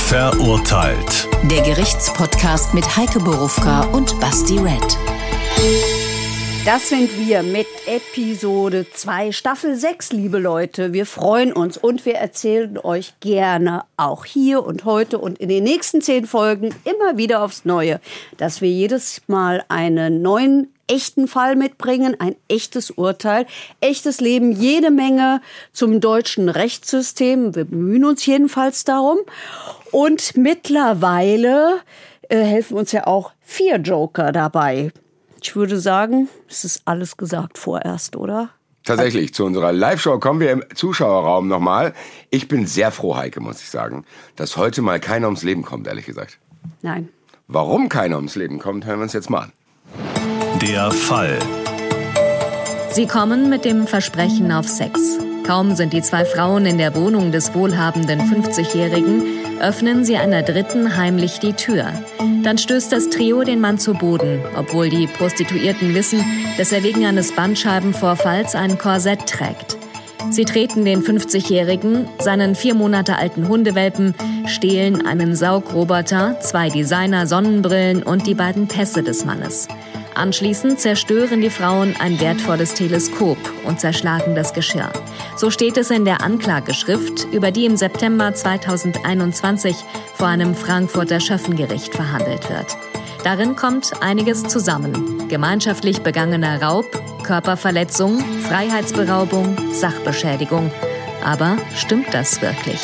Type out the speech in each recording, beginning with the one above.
Verurteilt. Der Gerichtspodcast mit Heike Borufka und Basti Red. Das sind wir mit Episode 2, Staffel 6, liebe Leute. Wir freuen uns und wir erzählen euch gerne auch hier und heute und in den nächsten 10 Folgen immer wieder aufs Neue, dass wir jedes Mal einen neuen echten Fall mitbringen, ein echtes Urteil, echtes Leben, jede Menge zum deutschen Rechtssystem. Wir bemühen uns jedenfalls darum. Und mittlerweile helfen uns ja auch 4 Joker dabei. Ich würde sagen, es ist alles gesagt vorerst, oder? Tatsächlich, zu unserer Live-Show kommen wir im Zuschauerraum nochmal. Ich bin sehr froh, Heike, muss ich sagen, dass heute mal keiner ums Leben kommt, ehrlich gesagt. Nein. Warum keiner ums Leben kommt, hören wir uns jetzt mal an. Der Fall. Sie kommen mit dem Versprechen auf Sex. Kaum sind die 2 Frauen in der Wohnung des wohlhabenden 50-Jährigen, öffnen sie einer Dritten heimlich die Tür. Dann stößt das Trio den Mann zu Boden, obwohl die Prostituierten wissen, dass er wegen eines Bandscheibenvorfalls ein Korsett trägt. Sie treten den 50-Jährigen, seinen 4 Monate alten Hundewelpen, stehlen einen Saugroboter, 2 Designer-Sonnenbrillen und die beiden Pässe des Mannes. Anschließend zerstören die Frauen ein wertvolles Teleskop und zerschlagen das Geschirr. So steht es in der Anklageschrift, über die im September 2021 vor einem Frankfurter Schöffengericht verhandelt wird. Darin kommt einiges zusammen. Gemeinschaftlich begangener Raub, Körperverletzung, Freiheitsberaubung, Sachbeschädigung. Aber stimmt das wirklich?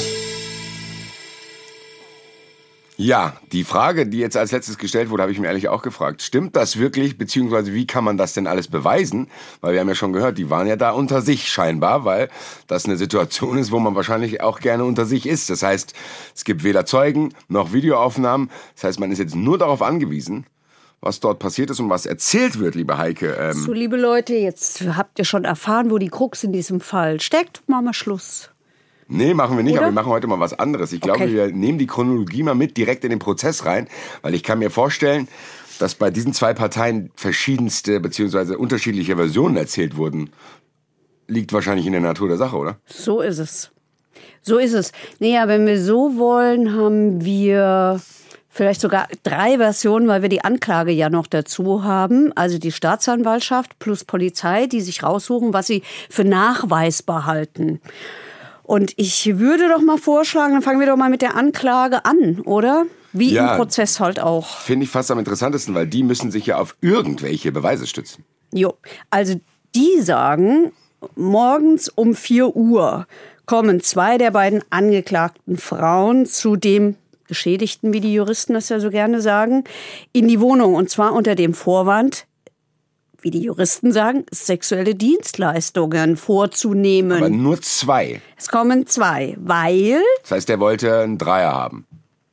Ja, die Frage, die jetzt als letztes gestellt wurde, habe ich mir ehrlich auch gefragt. Stimmt das wirklich, beziehungsweise wie kann man das denn alles beweisen? Weil wir haben ja schon gehört, die waren ja da unter sich scheinbar, weil das eine Situation ist, wo man wahrscheinlich auch gerne unter sich ist. Das heißt, es gibt weder Zeugen noch Videoaufnahmen. Das heißt, man ist jetzt nur darauf angewiesen, was dort passiert ist und was erzählt wird, liebe Heike. So, liebe Leute, jetzt habt ihr schon erfahren, wo die Krux in diesem Fall steckt. Machen wir Schluss. Nee, machen wir nicht, Oder? aber wir machen heute mal was anderes. Ich glaube, wir nehmen die Chronologie mal mit direkt in den Prozess rein, weil ich kann mir vorstellen, dass bei diesen 2 Parteien verschiedenste bzw. unterschiedliche Versionen erzählt wurden. Liegt wahrscheinlich in der Natur der Sache, oder? So ist es. So ist es. Naja, wenn wir so wollen, haben wir vielleicht sogar 3 Versionen, weil wir die Anklage ja noch dazu haben. Also die Staatsanwaltschaft plus Polizei, die sich raussuchen, was sie für nachweisbar halten. Und ich würde doch mal vorschlagen, dann fangen wir doch mal mit der Anklage an, oder? Wie im Prozess halt auch. Finde ich fast am interessantesten, weil die müssen sich ja auf irgendwelche Beweise stützen. Jo, also die sagen, morgens um 4 Uhr kommen 2 der beiden angeklagten Frauen zu dem Geschädigten, wie die Juristen das ja so gerne sagen, in die Wohnung. Und zwar unter dem Vorwand, wie die Juristen sagen, sexuelle Dienstleistungen vorzunehmen. Aber nur 2. Es kommen 2, weil... Das heißt, der wollte einen Dreier haben.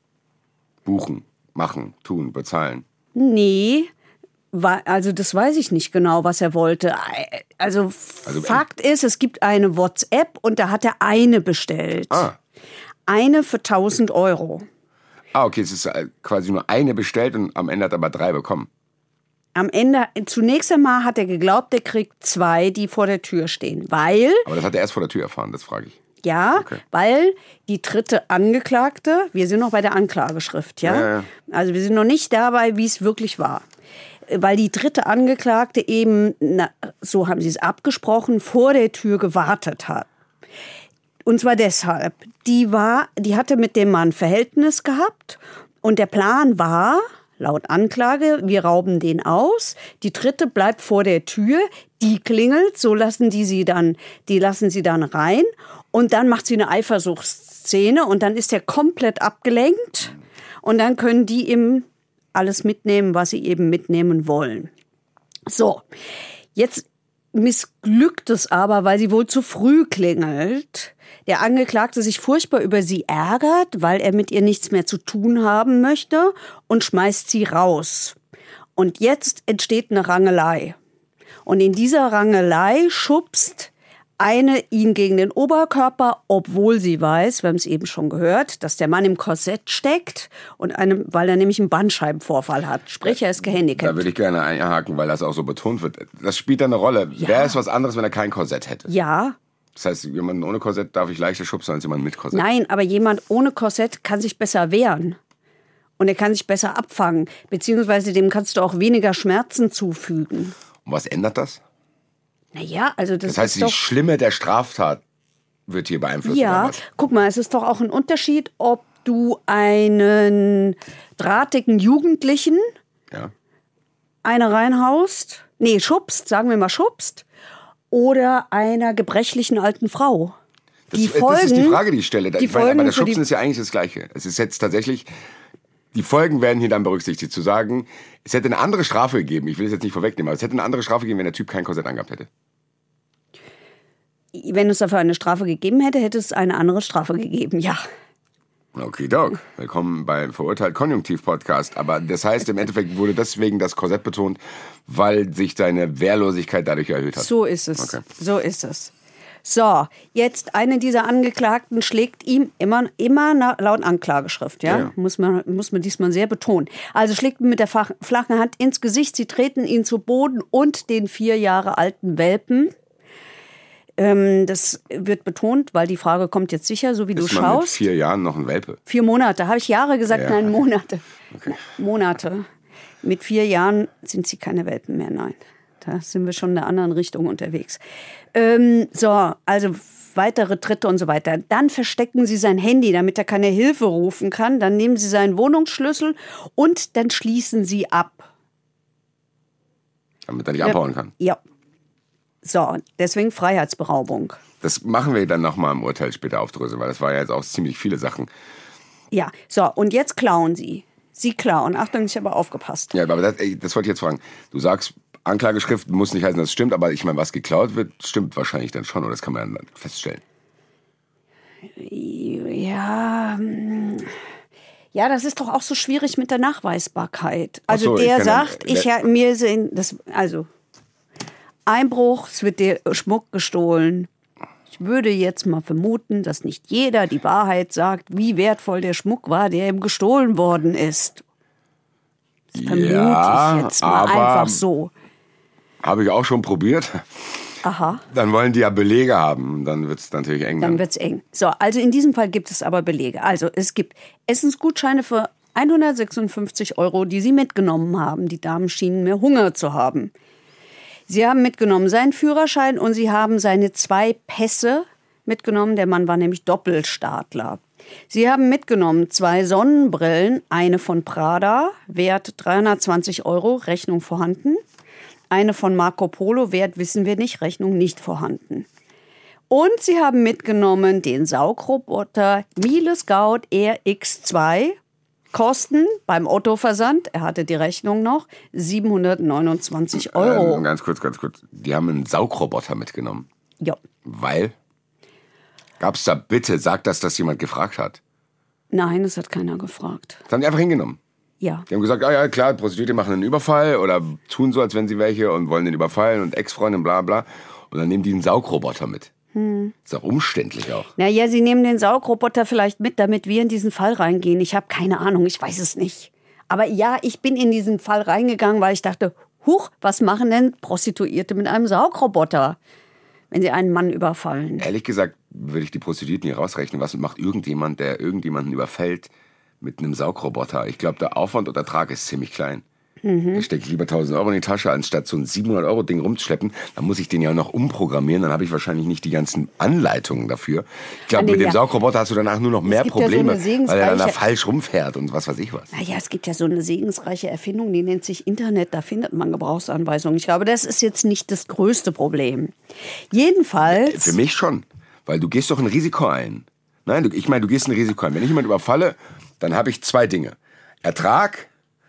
Buchen, machen, tun, bezahlen. Nee, also das weiß ich nicht genau, was er wollte. Also Fakt ist, es gibt eine WhatsApp und da hat er eine bestellt. Eine für 1.000 Euro. Okay, es ist quasi nur eine bestellt und am Ende hat er aber 3 bekommen. Am Ende, zunächst einmal hat er geglaubt, er kriegt 2, die vor der Tür stehen, weil... Aber das hat er erst vor der Tür erfahren, das frage ich. Ja, okay. Weil die dritte Angeklagte, wir sind noch bei der Anklageschrift, ja? Also wir sind noch nicht dabei, wie es wirklich war. Weil die dritte Angeklagte eben, so haben sie es abgesprochen, vor der Tür gewartet hat. Und zwar deshalb, die hatte mit dem Mann Verhältnis gehabt und der Plan war... Laut Anklage, wir rauben den aus. Die dritte bleibt vor der Tür, die klingelt, so lassen sie dann rein. Und dann macht sie eine Eifersuchtsszene und dann ist er komplett abgelenkt. Und dann können die eben alles mitnehmen, was sie eben mitnehmen wollen. So, jetzt missglückt es aber, weil sie wohl zu früh klingelt. Der Angeklagte sich furchtbar über sie ärgert, weil er mit ihr nichts mehr zu tun haben möchte und schmeißt sie raus. Und jetzt entsteht eine Rangelei. Und in dieser Rangelei schubst eine ihn gegen den Oberkörper, obwohl sie weiß, wir haben es eben schon gehört, dass der Mann im Korsett steckt und weil er nämlich einen Bandscheibenvorfall hat. Sprich, er ist gehandicapt. Da würde ich gerne einhaken, weil das auch so betont wird. Das spielt da eine Rolle. Ja. Wäre es was anderes, wenn er kein Korsett hätte? Ja, Das heißt, jemanden ohne Korsett darf ich leichter schubsen als jemanden mit Korsett? Nein, aber jemand ohne Korsett kann sich besser wehren. Und er kann sich besser abfangen. Beziehungsweise dem kannst du auch weniger Schmerzen zufügen. Und was ändert das? Naja, also das heißt, ist doch... die Schlimme der Straftat wird hier beeinflusst? Ja, guck mal, es ist doch auch ein Unterschied, ob du einen drahtigen Jugendlichen eine reinhaust, sagen wir mal schubst, oder einer gebrechlichen alten Frau. Das ist die Frage, die ich stelle. Aber das Schubsen ist ja eigentlich das Gleiche. Es ist jetzt tatsächlich, die Folgen werden hier dann berücksichtigt. Zu sagen, es hätte eine andere Strafe gegeben, ich will es jetzt nicht vorwegnehmen, aber es hätte eine andere Strafe gegeben, wenn der Typ kein Korsett angehabt hätte. Wenn es dafür eine Strafe gegeben hätte, hätte es eine andere Strafe gegeben, ja. Okay, Doc. Willkommen beim Verurteilt Konjunktiv-Podcast. Aber das heißt, im Endeffekt wurde deswegen das Korsett betont, weil sich deine Wehrlosigkeit dadurch erhöht hat. So ist es. Okay. So ist es. So, jetzt eine dieser Angeklagten schlägt ihm immer laut Anklageschrift, ja? Ja. Muss man diesmal sehr betonen. Also schlägt ihm mit der flachen Hand ins Gesicht, sie treten ihn zu Boden und den 4 Jahre alten Welpen. Das wird betont, weil die Frage kommt jetzt sicher, so wie du schaust. Ist man mit 4 Jahren noch ein Welpe? 4 Monate. Habe ich Jahre gesagt? Ja. Nein, Monate. Okay. Monate. Mit 4 Jahren sind sie keine Welpen mehr, nein. Da sind wir schon in einer anderen Richtung unterwegs. So, also weitere Tritte und so weiter. Dann verstecken sie sein Handy, damit er keine Hilfe rufen kann. Dann nehmen sie seinen Wohnungsschlüssel und dann schließen sie ab. Damit er nicht abhauen kann? Ja. So, deswegen Freiheitsberaubung. Das machen wir dann nochmal im Urteil später aufdröseln, weil das war ja jetzt auch ziemlich viele Sachen. Ja, so, und jetzt klauen sie. Sie klauen. Achtung, ich habe aufgepasst. Ja, aber das wollte ich jetzt fragen. Du sagst, Anklageschrift muss nicht heißen, dass es stimmt, aber ich meine, was geklaut wird, stimmt wahrscheinlich dann schon, oder das kann man dann feststellen. Ja, das ist doch auch so schwierig mit der Nachweisbarkeit. Also so, der sagt, mir sind das, also Einbruch, es wird dir Schmuck gestohlen. Ich würde jetzt mal vermuten, dass nicht jeder die Wahrheit sagt, wie wertvoll der Schmuck war, der ihm gestohlen worden ist. Das vermute ich jetzt mal einfach so. Habe ich auch schon probiert. Aha. Dann wollen die ja Belege haben und dann wird es natürlich eng. Dann wird es eng. So, also in diesem Fall gibt es aber Belege. Also es gibt Essensgutscheine für 156 €, die sie mitgenommen haben. Die Damen schienen mehr Hunger zu haben. Sie haben mitgenommen seinen Führerschein und sie haben seine 2 Pässe mitgenommen. Der Mann war nämlich Doppelstaatler. Sie haben mitgenommen 2 Sonnenbrillen, eine von Prada, Wert 320 €, Rechnung vorhanden. Eine von Marco Polo, Wert wissen wir nicht, Rechnung nicht vorhanden. Und sie haben mitgenommen den Saugroboter Miele Scout RX2. Kosten beim Otto-Versand, er hatte die Rechnung noch, 729 €. Ganz kurz. Die haben einen Saugroboter mitgenommen. Ja. Weil? Gab's da bitte, sagt das jemand gefragt hat? Nein, das hat keiner gefragt. Das haben die einfach hingenommen. Ja. Die haben gesagt, ja klar, Prostituierte machen einen Überfall oder tun so, als wenn sie welche und wollen den überfallen und Ex-Freundin, bla bla. Und dann nehmen die einen Saugroboter mit. Ist auch umständlich auch. Naja, sie nehmen den Saugroboter vielleicht mit, damit wir in diesen Fall reingehen. Ich habe keine Ahnung, ich weiß es nicht. Aber ja, ich bin in diesen Fall reingegangen, weil ich dachte, huch, was machen denn Prostituierte mit einem Saugroboter, wenn sie einen Mann überfallen? Ehrlich gesagt würde ich die Prostituierten hier rausrechnen. Was macht irgendjemand, der irgendjemanden überfällt mit einem Saugroboter? Ich glaube, der Aufwand und Ertrag ist ziemlich klein. Ich stecke lieber 1.000 € in die Tasche, anstatt so ein 700-€ Ding rumzuschleppen. Dann muss ich den ja noch umprogrammieren. Dann habe ich wahrscheinlich nicht die ganzen Anleitungen dafür. Ich glaube, mit dem Saugroboter hast du danach nur noch mehr Probleme, weil er dann da falsch rumfährt und was weiß ich was. Naja, es gibt ja so eine segensreiche Erfindung, die nennt sich Internet. Da findet man Gebrauchsanweisungen. Ich glaube, das ist jetzt nicht das größte Problem. Jedenfalls... Für mich schon, weil du gehst doch ein Risiko ein. Nein, ich meine, du gehst ein Risiko ein. Wenn ich jemanden überfalle, dann habe ich 2 Dinge. Ertrag,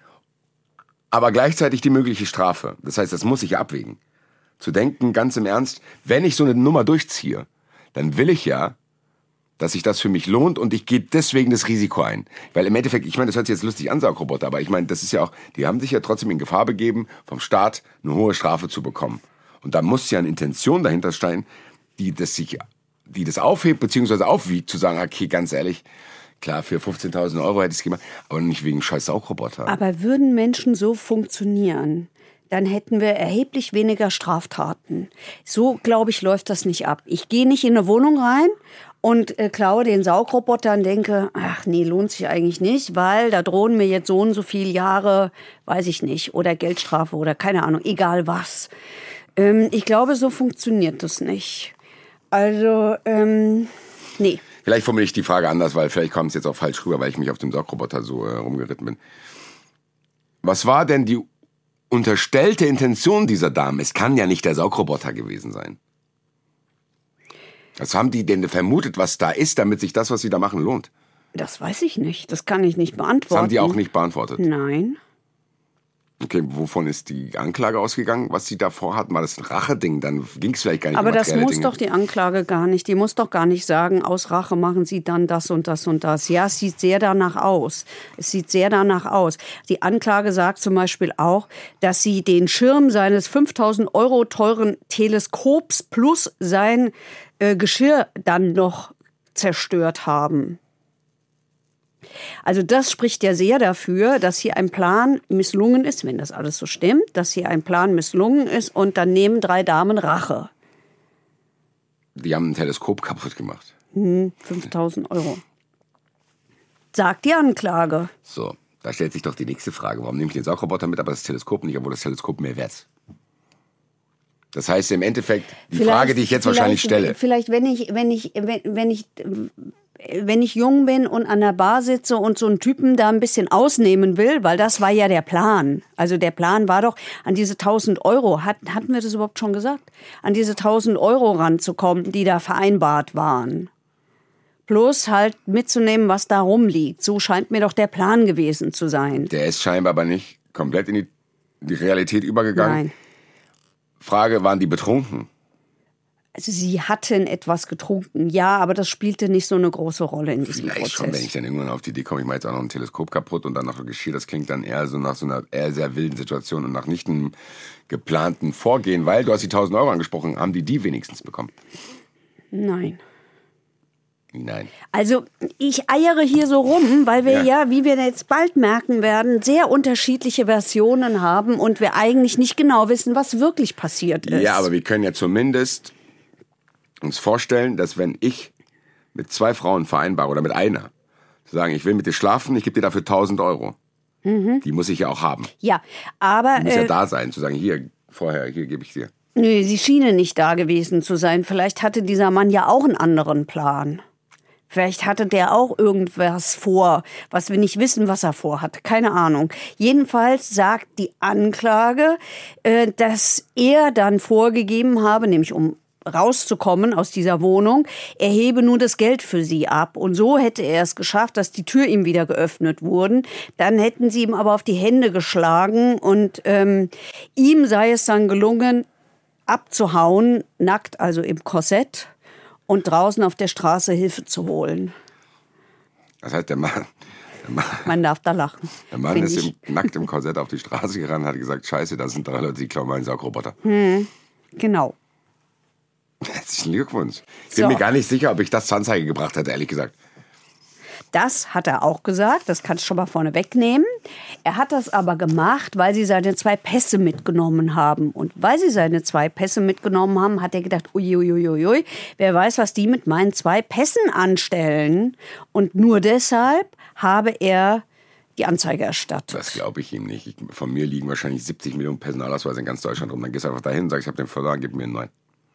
aber gleichzeitig die mögliche Strafe. Das heißt, das muss ich ja abwägen. Zu denken, ganz im Ernst, wenn ich so eine Nummer durchziehe, dann will ich ja, dass sich das für mich lohnt und ich gehe deswegen das Risiko ein. Weil im Endeffekt, ich meine, das hört sich jetzt lustig an, Saugroboter, aber ich meine, das ist ja auch, die haben sich ja trotzdem in Gefahr begeben, vom Staat eine hohe Strafe zu bekommen. Und da muss ja eine Intention dahinter stehen, die das aufhebt bzw. aufwiegt, zu sagen, okay, ganz ehrlich, klar, für 15.000 € hätte ich es gemacht, aber nicht wegen scheiß Saugroboter. Aber würden Menschen so funktionieren, dann hätten wir erheblich weniger Straftaten. So, glaube ich, läuft das nicht ab. Ich gehe nicht in eine Wohnung rein und klaue den Saugroboter und denke, ach nee, lohnt sich eigentlich nicht, weil da drohen mir jetzt so und so viele Jahre, weiß ich nicht, oder Geldstrafe oder keine Ahnung, egal was. Ich glaube, so funktioniert das nicht. Also, nee. Vielleicht formuliere ich die Frage anders, weil vielleicht kommt es jetzt auch falsch rüber, weil ich mich auf dem Saugroboter so rumgeritten bin. Was war denn die unterstellte Intention dieser Damen? Es kann ja nicht der Saugroboter gewesen sein. Was haben die denn vermutet, was da ist, damit sich das, was sie da machen, lohnt? Das weiß ich nicht. Das kann ich nicht beantworten. Das haben die auch nicht beantwortet? Nein. Okay, wovon ist die Anklage ausgegangen, was sie davor hatten? War das ein Racheding? Dann ging es vielleicht gar nicht um Aber das muss Dinge. doch die Anklage gar nicht. Die muss doch gar nicht sagen, aus Rache machen sie dann das und das und das. Ja, es sieht sehr danach aus. Es sieht sehr danach aus. Die Anklage sagt zum Beispiel auch, dass sie den Schirm seines 5.000 € teuren Teleskops plus sein Geschirr dann noch zerstört haben. Also das spricht ja sehr dafür, dass hier ein Plan misslungen ist, wenn das alles so stimmt, dass hier ein Plan misslungen ist und dann nehmen 3 Damen Rache. Die haben ein Teleskop kaputt gemacht. 5.000 €. Sagt die Anklage. So, da stellt sich doch die nächste Frage. Warum nehme ich den Saugroboter mit, aber das Teleskop nicht, obwohl das Teleskop mehr wert ist? Das heißt im Endeffekt, die Frage, die ich jetzt wahrscheinlich stelle. Vielleicht, wenn ich jung bin und an der Bar sitze und so einen Typen da ein bisschen ausnehmen will, weil das war ja der Plan. Also der Plan war doch, an diese 1.000 €, hatten wir das überhaupt schon gesagt? An diese 1.000 € ranzukommen, die da vereinbart waren. Plus halt mitzunehmen, was da rumliegt. So scheint mir doch der Plan gewesen zu sein. Der ist scheinbar aber nicht komplett in die Realität übergegangen. Nein. Frage, waren die betrunken? Also sie hatten etwas getrunken, ja, aber das spielte nicht so eine große Rolle in diesem Vielleicht Prozess. schon, wenn ich dann irgendwann auf die Idee komme, ich mache jetzt auch noch ein Teleskop kaputt und dann noch ein Geschirr, das klingt dann eher so nach so einer eher sehr wilden Situation und nach nicht einem geplanten Vorgehen, weil du hast die 1.000 € angesprochen, haben die wenigstens bekommen? Nein. Nein. Also ich eiere hier so rum, weil wir ja, wie wir jetzt bald merken werden, sehr unterschiedliche Versionen haben und wir eigentlich nicht genau wissen, was wirklich passiert ist. Ja, aber wir können ja zumindest uns vorstellen, dass wenn ich mit 2 Frauen vereinbare oder mit einer, zu sagen, ich will mit dir schlafen, ich gebe dir dafür 1.000 €. Die muss ich ja auch haben. Ja, aber... Die muss ja da sein, zu sagen, hier gebe ich dir. Nö, sie schiene nicht da gewesen zu sein. Vielleicht hatte dieser Mann ja auch einen anderen Plan. Vielleicht hatte der auch irgendwas vor, was wir nicht wissen, was er vorhat. Keine Ahnung. Jedenfalls sagt die Anklage, dass er dann vorgegeben habe, nämlich um rauszukommen aus dieser Wohnung, er hebe nur das Geld für sie ab. Und so hätte er es geschafft, dass die Tür ihm wieder geöffnet wurden. Dann hätten sie ihm aber auf die Hände geschlagen und ihm sei es dann gelungen, abzuhauen, nackt, also im Korsett, und draußen auf der Straße Hilfe zu holen. Das heißt, der Mann Man darf da lachen. Der Mann ist nackt im Korsett auf die Straße gerannt, hat gesagt, scheiße, da sind 3 Leute, die klauen meinen Saugroboter. Genau. Herzlichen Glückwunsch. Ich bin mir gar nicht sicher, ob ich das zur Anzeige gebracht hätte, ehrlich gesagt. Das hat er auch gesagt, das kannst du schon mal vorne wegnehmen. Er hat das aber gemacht, weil sie seine 2 Pässe mitgenommen haben. Und weil sie seine 2 Pässe mitgenommen haben, hat er gedacht, uiuiuiui, wer weiß, was die mit meinen 2 Pässen anstellen. Und nur deshalb habe er die Anzeige erstattet. Das glaube ich ihm nicht. Von mir liegen wahrscheinlich 70 Millionen Personalausweise in ganz Deutschland rum. Dann gehst du einfach dahin und sagst, ich habe den verloren, gib mir einen neuen.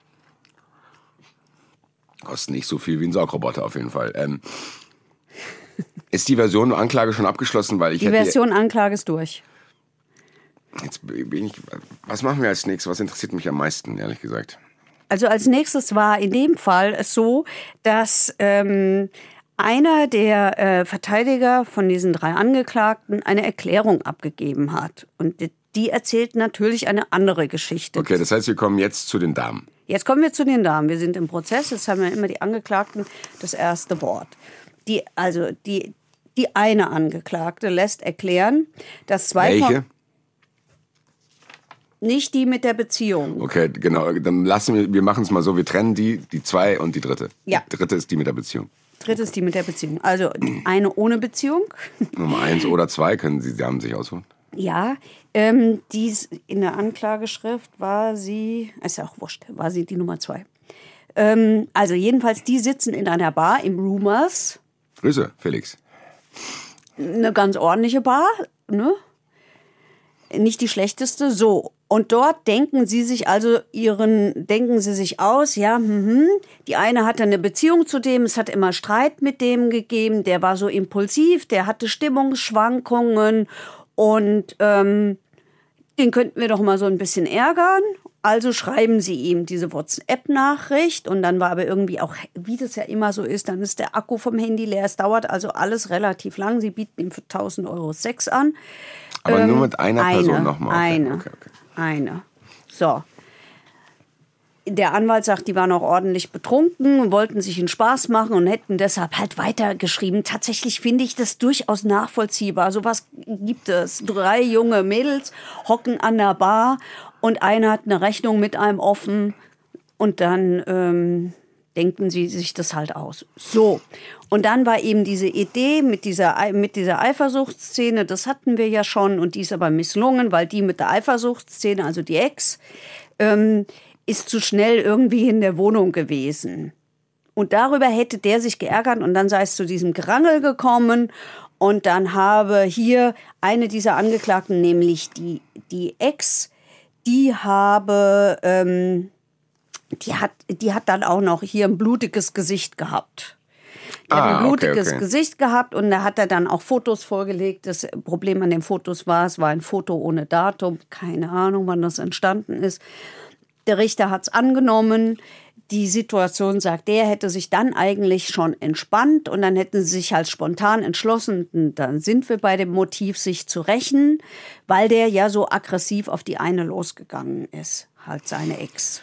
Kostet nicht so viel wie ein Saugroboter auf jeden Fall. Ist die Version Anklage schon abgeschlossen? Weil die Version Anklage ist durch. Jetzt was machen wir als nächstes? Was interessiert mich am meisten, ehrlich gesagt? Also als nächstes war in dem Fall es so, dass einer der Verteidiger von diesen 3 Angeklagten eine Erklärung abgegeben hat. Und die erzählt natürlich eine andere Geschichte. Okay, das heißt, wir kommen jetzt zu den Damen. Jetzt kommen wir zu den Damen. Wir sind im Prozess, jetzt haben wir immer die Angeklagten das erste Wort. Die eine Angeklagte lässt erklären, dass 2 Welche? Nicht die mit der Beziehung. Okay, genau. Dann wir machen es mal so, wir trennen die 2 und die dritte. Ja. Die dritte ist die mit der Beziehung. Dritte ist die mit der Beziehung. Also eine ohne Beziehung. Nummer 1 oder 2 Sie haben sich aussuchen. Ja, dies in der Anklageschrift war sie, ist ja auch wurscht, war sie die Nummer 2. Also jedenfalls, die sitzen in einer Bar im Rumors. Grüße, Felix. Eine ganz ordentliche Bar, ne? Nicht die schlechteste, so. Und dort denken sie sich aus, ja, die eine hatte eine Beziehung zu dem, es hat immer Streit mit dem gegeben, der war so impulsiv, der hatte Stimmungsschwankungen und den könnten wir doch mal so ein bisschen ärgern. Also schreiben sie ihm diese WhatsApp-Nachricht und dann war aber irgendwie auch, wie das ja immer so ist, dann ist der Akku vom Handy leer. Es dauert also alles relativ lang. Sie bieten ihm für 1.000 € Sex an. Aber nur mit einer Person nochmal. Okay. Eine. So. Der Anwalt sagt, die waren auch ordentlich betrunken und wollten sich einen Spaß machen und hätten deshalb halt weitergeschrieben. Tatsächlich finde ich das durchaus nachvollziehbar. Sowas gibt es. 3 junge Mädels hocken an der Bar und einer hat eine Rechnung mit einem offen und dann denken sie sich das halt aus. So. Und dann war eben diese Idee mit dieser Eifersuchtsszene, das hatten wir ja schon und die ist aber misslungen, weil die mit der Eifersuchtsszene, also die Ex, ist zu schnell irgendwie in der Wohnung gewesen. Und darüber hätte der sich geärgert und dann sei es zu diesem Gerangel gekommen und dann habe hier eine dieser Angeklagten, nämlich die Ex, die hat dann auch noch hier ein blutiges Gesicht gehabt. Er hat ein blutiges Gesicht gehabt und da hat er dann auch Fotos vorgelegt. Das Problem an den Fotos war, es war ein Foto ohne Datum. Keine Ahnung, wann das entstanden ist. Der Richter hat es angenommen. Die Situation sagt, der hätte sich dann eigentlich schon entspannt und dann hätten sie sich halt spontan entschlossen. Und dann sind wir bei dem Motiv, sich zu rächen, weil der ja so aggressiv auf die eine losgegangen ist, halt seine Ex.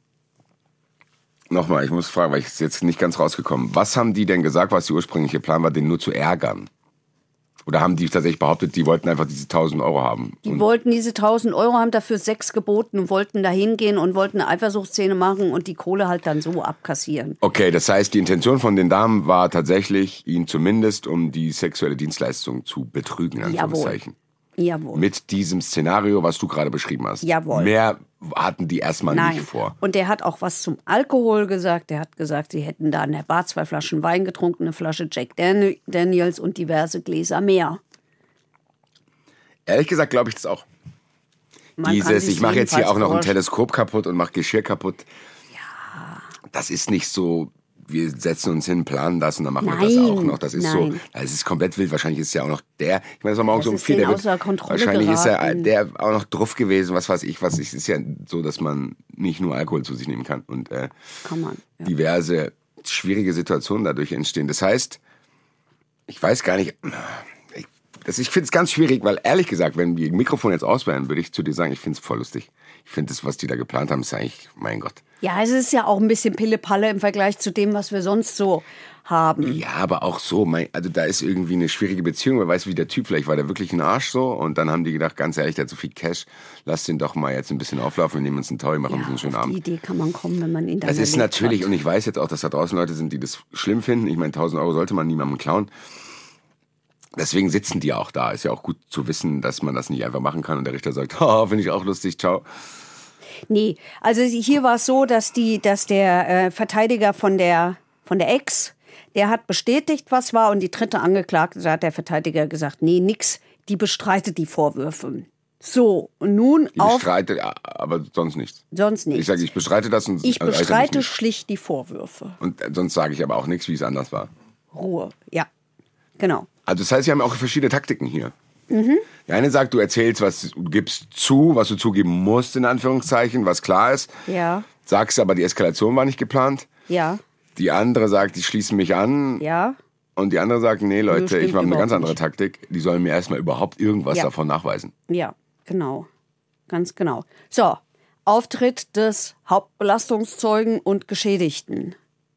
Nochmal, ich muss fragen, weil ich jetzt nicht ganz rausgekommen. Was haben die denn gesagt, was der ursprüngliche Plan war, den nur zu ärgern? Oder haben die tatsächlich behauptet, die wollten einfach diese 1.000 € haben? Die wollten diese 1.000 €, haben dafür 6 geboten und wollten da hingehen und wollten eine Eifersuchtsszene machen und die Kohle halt dann so abkassieren. Okay, das heißt, die Intention von den Damen war tatsächlich, ihn zumindest um die sexuelle Dienstleistung zu betrügen, in Anführungszeichen. Jawohl. Mit diesem Szenario, was du gerade beschrieben hast. Jawohl. Mehr hatten die erstmal nicht vor. Und der hat auch was zum Alkohol gesagt. Der hat gesagt, sie hätten da in der Bar 2 Flaschen Wein getrunken, eine Flasche Jack Daniels und diverse Gläser mehr. Ehrlich gesagt glaube ich das auch. Ich mache jetzt hier auch noch ein Teleskop kaputt und mache Geschirr kaputt. Ja. Das ist nicht so, wir setzen uns hin, planen das und dann machen wir das auch noch. Das ist so, das ist komplett wild. Wahrscheinlich ist ja auch noch der, ich meine, das war morgens um 4, der wird, wahrscheinlich ist ja der auch noch drauf gewesen, was weiß ich, es ist ja so, dass man nicht nur Alkohol zu sich nehmen kann und kann man, ja. Diverse schwierige Situationen dadurch entstehen. Das heißt, ich weiß gar nicht, ich finde es ganz schwierig, weil ehrlich gesagt, wenn die Mikrofone jetzt aus wären, würde ich zu dir sagen, ich finde es voll lustig. Ich finde das, was die da geplant haben, ist eigentlich, mein Gott. Ja, es ist ja auch ein bisschen Pille-Palle im Vergleich zu dem, was wir sonst so haben. Ja, aber auch so, also da ist irgendwie eine schwierige Beziehung, wer weiß, wie der Typ, vielleicht war der wirklich ein Arsch so und dann haben die gedacht, ganz ehrlich, der hat so viel Cash, lass den doch mal jetzt ein bisschen auflaufen, wir nehmen uns einen Tau, machen uns einen schönen Abend. Auf die Idee kann man kommen, wenn man ihn dann Das ist natürlich, und ich weiß jetzt auch, dass da draußen Leute sind, die das schlimm finden. Ich meine, 1.000 € sollte man niemandem klauen. Deswegen sitzen die auch da. Ist ja auch gut zu wissen, dass man das nicht einfach machen kann und der Richter sagt, finde ich auch lustig, ciao. Nee, also hier war es so, dass der Verteidiger von der Ex, der hat bestätigt, was war und die dritte Angeklagte, da hat der Verteidiger gesagt, nee, nix, die bestreitet die Vorwürfe. So, und nun die bestreitet, aber sonst nichts. Sonst nichts. Ich sage, ich bestreite das. Und ich bestreite schlicht die Vorwürfe. Und sonst sage ich aber auch nichts, wie es anders war. Ruhe, ja, genau. Also das heißt, wir haben auch verschiedene Taktiken hier. Mhm. Der eine sagt, du erzählst, du gibst zu, was du zugeben musst, in Anführungszeichen, was klar ist. Ja. Sagst aber, die Eskalation war nicht geplant. Ja. Die andere sagt, die schließen mich an. Ja. Und die andere sagt, nee, Leute, ich mache eine ganz andere Taktik. Die sollen mir erstmal überhaupt irgendwas davon nachweisen. Ja, genau. Ganz genau. So, Auftritt des Hauptbelastungszeugen und Geschädigten.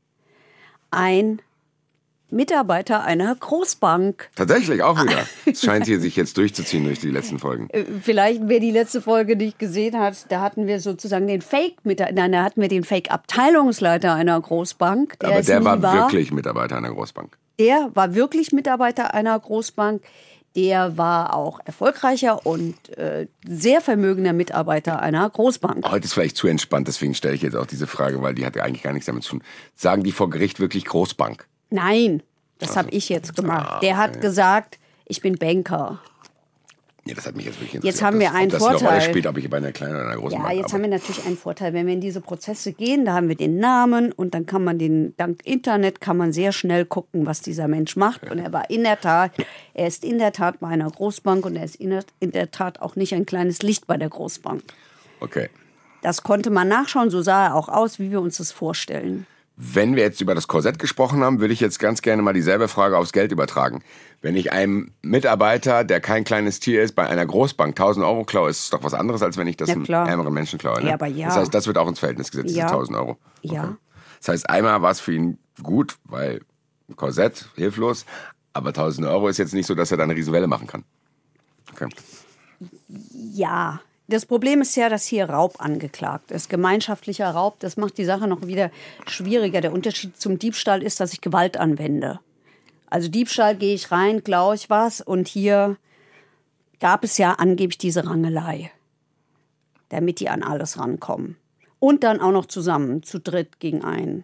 Ein Mitarbeiter einer Großbank. Tatsächlich, auch wieder. Es scheint hier sich jetzt durchzuziehen durch die letzten Folgen. Vielleicht, wer die letzte Folge nicht gesehen hat, da hatten wir sozusagen den da hatten wir den Fake-Abteilungsleiter einer Großbank. Aber der war wirklich Mitarbeiter einer Großbank. Der war wirklich Mitarbeiter einer Großbank. Der war auch erfolgreicher und sehr vermögender Mitarbeiter einer Großbank. Heute ist vielleicht zu entspannt, deswegen stelle ich jetzt auch diese Frage, weil die hat ja eigentlich gar nichts damit zu tun. Sagen die vor Gericht wirklich Großbank? Nein, das habe ich jetzt gemacht. Der hat gesagt, ich bin Banker. Ja, das hat mich jetzt wirklich interessiert. Jetzt haben wir einen Vorteil. Das eine Rolle spielt, ob ich bei einer kleinen oder einer großen Bank jetzt haben wir natürlich einen Vorteil. Wenn wir in diese Prozesse gehen, da haben wir den Namen und dann kann man dank Internet kann man sehr schnell gucken, was dieser Mensch macht. Und er ist in der Tat bei einer Großbank und er ist in der Tat auch nicht ein kleines Licht bei der Großbank. Okay. Das konnte man nachschauen, so sah er auch aus, wie wir uns das vorstellen. Wenn wir jetzt über das Korsett gesprochen haben, würde ich jetzt ganz gerne mal dieselbe Frage aufs Geld übertragen. Wenn ich einem Mitarbeiter, der kein kleines Tier ist, bei einer Großbank 1.000 Euro klaue, ist es doch was anderes, als wenn ich das einem ärmeren Menschen klaue. Ne? Ja, aber ja. Das heißt, das wird auch ins Verhältnis gesetzt, diese 1.000 Euro. Okay. Ja. Das heißt, einmal war es für ihn gut, weil Korsett, hilflos, aber 1.000 Euro ist jetzt nicht so, dass er da eine Riesenwelle machen kann. Okay. Ja. Das Problem ist ja, dass hier Raub angeklagt ist, gemeinschaftlicher Raub. Das macht die Sache noch wieder schwieriger. Der Unterschied zum Diebstahl ist, dass ich Gewalt anwende. Also Diebstahl, gehe ich rein, klaue ich was und hier gab es ja angeblich diese Rangelei, damit die an alles rankommen. Und dann auch noch zusammen, zu dritt gegen einen.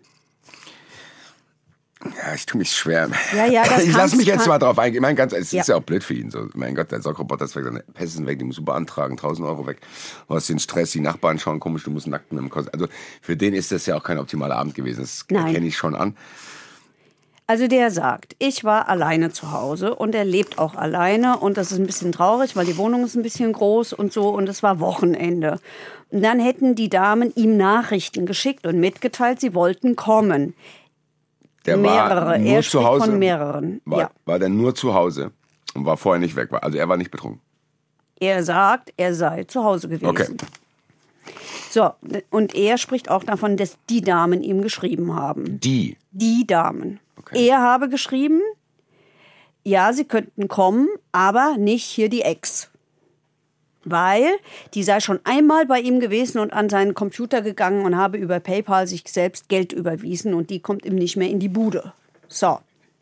Ja, ich tue mich schwer. Ja, ich lasse mich jetzt mal drauf eingehen. Ich meine, es ist ja auch blöd für ihn. So. Mein Gott, der Saugroboter ist weg, seine Pässe sind weg, die musst du beantragen, 1.000 Euro weg. Du hast den Stress, die Nachbarn schauen komisch, du musst nackt mit dem Korsett. Also für den ist das ja auch kein optimaler Abend gewesen. Das erkenne ich schon an. Also der sagt, ich war alleine zu Hause und er lebt auch alleine und das ist ein bisschen traurig, weil die Wohnung ist ein bisschen groß und so und es war Wochenende. Und dann hätten die Damen ihm Nachrichten geschickt und mitgeteilt, sie wollten kommen. Der mehrere. War nur er zu spricht Hause. Von mehreren. War der nur zu Hause und war vorher nicht weg? Also er war nicht betrunken? Er sagt, er sei zu Hause gewesen. Okay. So, und er spricht auch davon, dass die Damen ihm geschrieben haben. Die Damen. Okay. Er habe geschrieben, ja, sie könnten kommen, aber nicht hier die Ex. Weil die sei schon einmal bei ihm gewesen und an seinen Computer gegangen und habe über PayPal sich selbst Geld überwiesen und die kommt ihm nicht mehr in die Bude. So.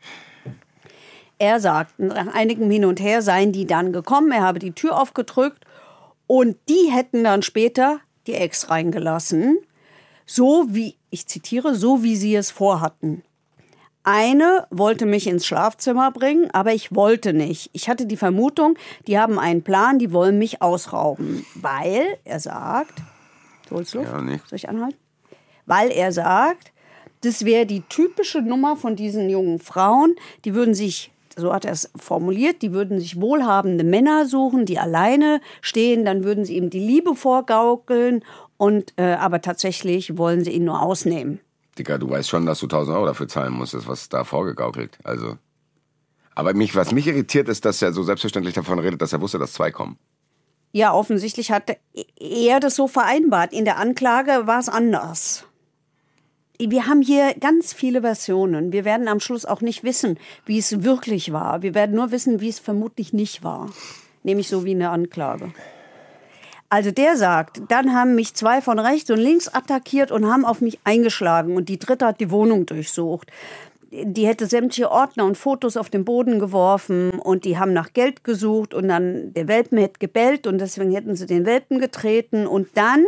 Er sagt, nach einigem Hin und Her seien die dann gekommen, er habe die Tür aufgedrückt und die hätten dann später die Ex reingelassen, so wie, ich zitiere, so wie sie es vorhatten. Eine wollte mich ins Schlafzimmer bringen, aber ich wollte nicht. Ich hatte die Vermutung, die haben einen Plan, die wollen mich ausrauben. Weil, er sagt, holst Luft? Ja, nicht. Soll ich anhalten? Weil er sagt, das wäre die typische Nummer von diesen jungen Frauen, die würden sich, so hat er es formuliert, die würden sich wohlhabende Männer suchen, die alleine stehen, dann würden sie ihm die Liebe vorgaukeln und aber tatsächlich wollen sie ihn nur ausnehmen. Dicker, du weißt schon, dass du 1.000 Euro dafür zahlen musstest, was da vorgegaukelt. Also. Aber was mich irritiert, ist, dass er so selbstverständlich davon redet, dass er wusste, dass 2 kommen. Ja, offensichtlich hat er das so vereinbart. In der Anklage war es anders. Wir haben hier ganz viele Versionen. Wir werden am Schluss auch nicht wissen, wie es wirklich war. Wir werden nur wissen, wie es vermutlich nicht war. Nämlich so wie in der Anklage. Also der sagt, dann haben mich 2 von rechts und links attackiert und haben auf mich eingeschlagen. Und die dritte hat die Wohnung durchsucht. Die hätte sämtliche Ordner und Fotos auf den Boden geworfen und die haben nach Geld gesucht. Und dann der Welpen hätte gebellt und deswegen hätten sie den Welpen getreten. Und dann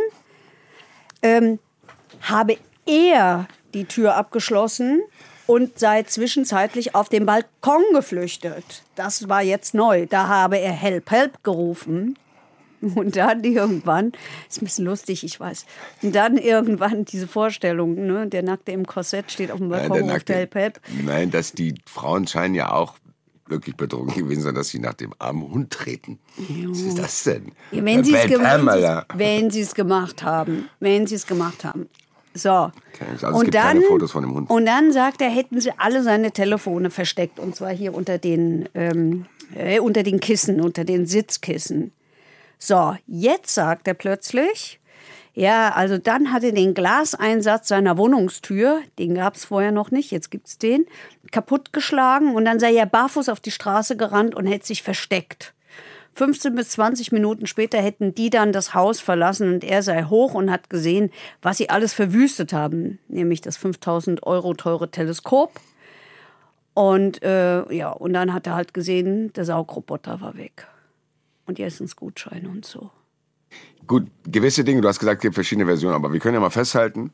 habe er die Tür abgeschlossen und sei zwischenzeitlich auf den Balkon geflüchtet. Das war jetzt neu. Da habe er Help, Help gerufen. Und dann irgendwann, ist ein bisschen lustig, ich weiß, und dann irgendwann diese Vorstellung, ne, der Nackte im Korsett steht auf dem Balkon und ruft Help, Help. Nein, dass die Frauen scheinen ja auch wirklich betrunken gewesen sein, dass sie nach dem armen Hund treten. Jo. Was ist das denn? Ja, wenn sie es gemacht haben. So. Okay, also es gibt keine Fotos von dem Hund. Und dann sagt er, hätten sie alle seine Telefone versteckt. Und zwar hier unter den Kissen, unter den Sitzkissen. So, jetzt sagt er plötzlich, ja, also dann hat er den Glaseinsatz seiner Wohnungstür, den gab es vorher noch nicht, jetzt gibt's den, kaputtgeschlagen und dann sei er barfuß auf die Straße gerannt und hätte sich versteckt. 15 bis 20 Minuten später hätten die dann das Haus verlassen und er sei hoch und hat gesehen, was sie alles verwüstet haben, nämlich das 5.000 Euro teure Teleskop Und und dann hat er halt gesehen, der Saugroboter war weg. Und die Essensgutscheine und so. Gut, gewisse Dinge, du hast gesagt, es gibt verschiedene Versionen, aber wir können ja mal festhalten,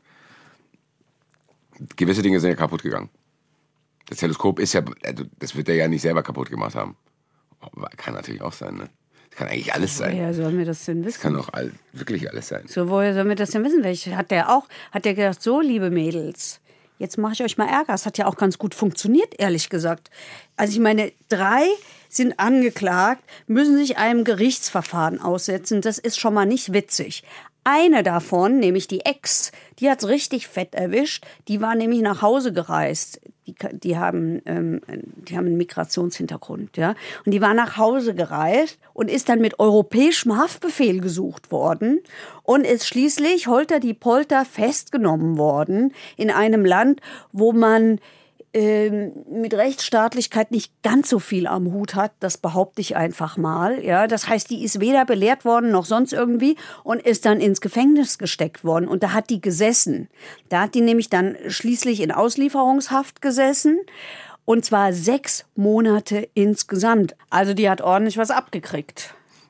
gewisse Dinge sind ja kaputt gegangen. Das Teleskop ist ja, das wird er ja nicht selber kaputt gemacht haben. Kann natürlich auch sein, ne? Das kann eigentlich alles sein. Woher sollen wir das denn wissen? Das kann auch wirklich alles sein. So, woher sollen wir das denn wissen? Hat der gedacht, so, liebe Mädels, jetzt mache ich euch mal Ärger. Es hat ja auch ganz gut funktioniert, ehrlich gesagt. Also ich meine, 3 sind angeklagt, müssen sich einem Gerichtsverfahren aussetzen. Das ist schon mal nicht witzig. Eine davon, nämlich die Ex, die hat's richtig fett erwischt. Die war nämlich nach Hause gereist. Die haben einen Migrationshintergrund, ja. Und die war nach Hause gereist und ist dann mit europäischem Haftbefehl gesucht worden und ist schließlich holter-die-polter festgenommen worden in einem Land, wo man mit Rechtsstaatlichkeit nicht ganz so viel am Hut hat, das behaupte ich einfach mal. Ja, das heißt, die ist weder belehrt worden noch sonst irgendwie und ist dann ins Gefängnis gesteckt worden. Und da hat die gesessen. Da hat die nämlich dann schließlich in Auslieferungshaft gesessen. Und zwar 6 Monate insgesamt. Also die hat ordentlich was abgekriegt.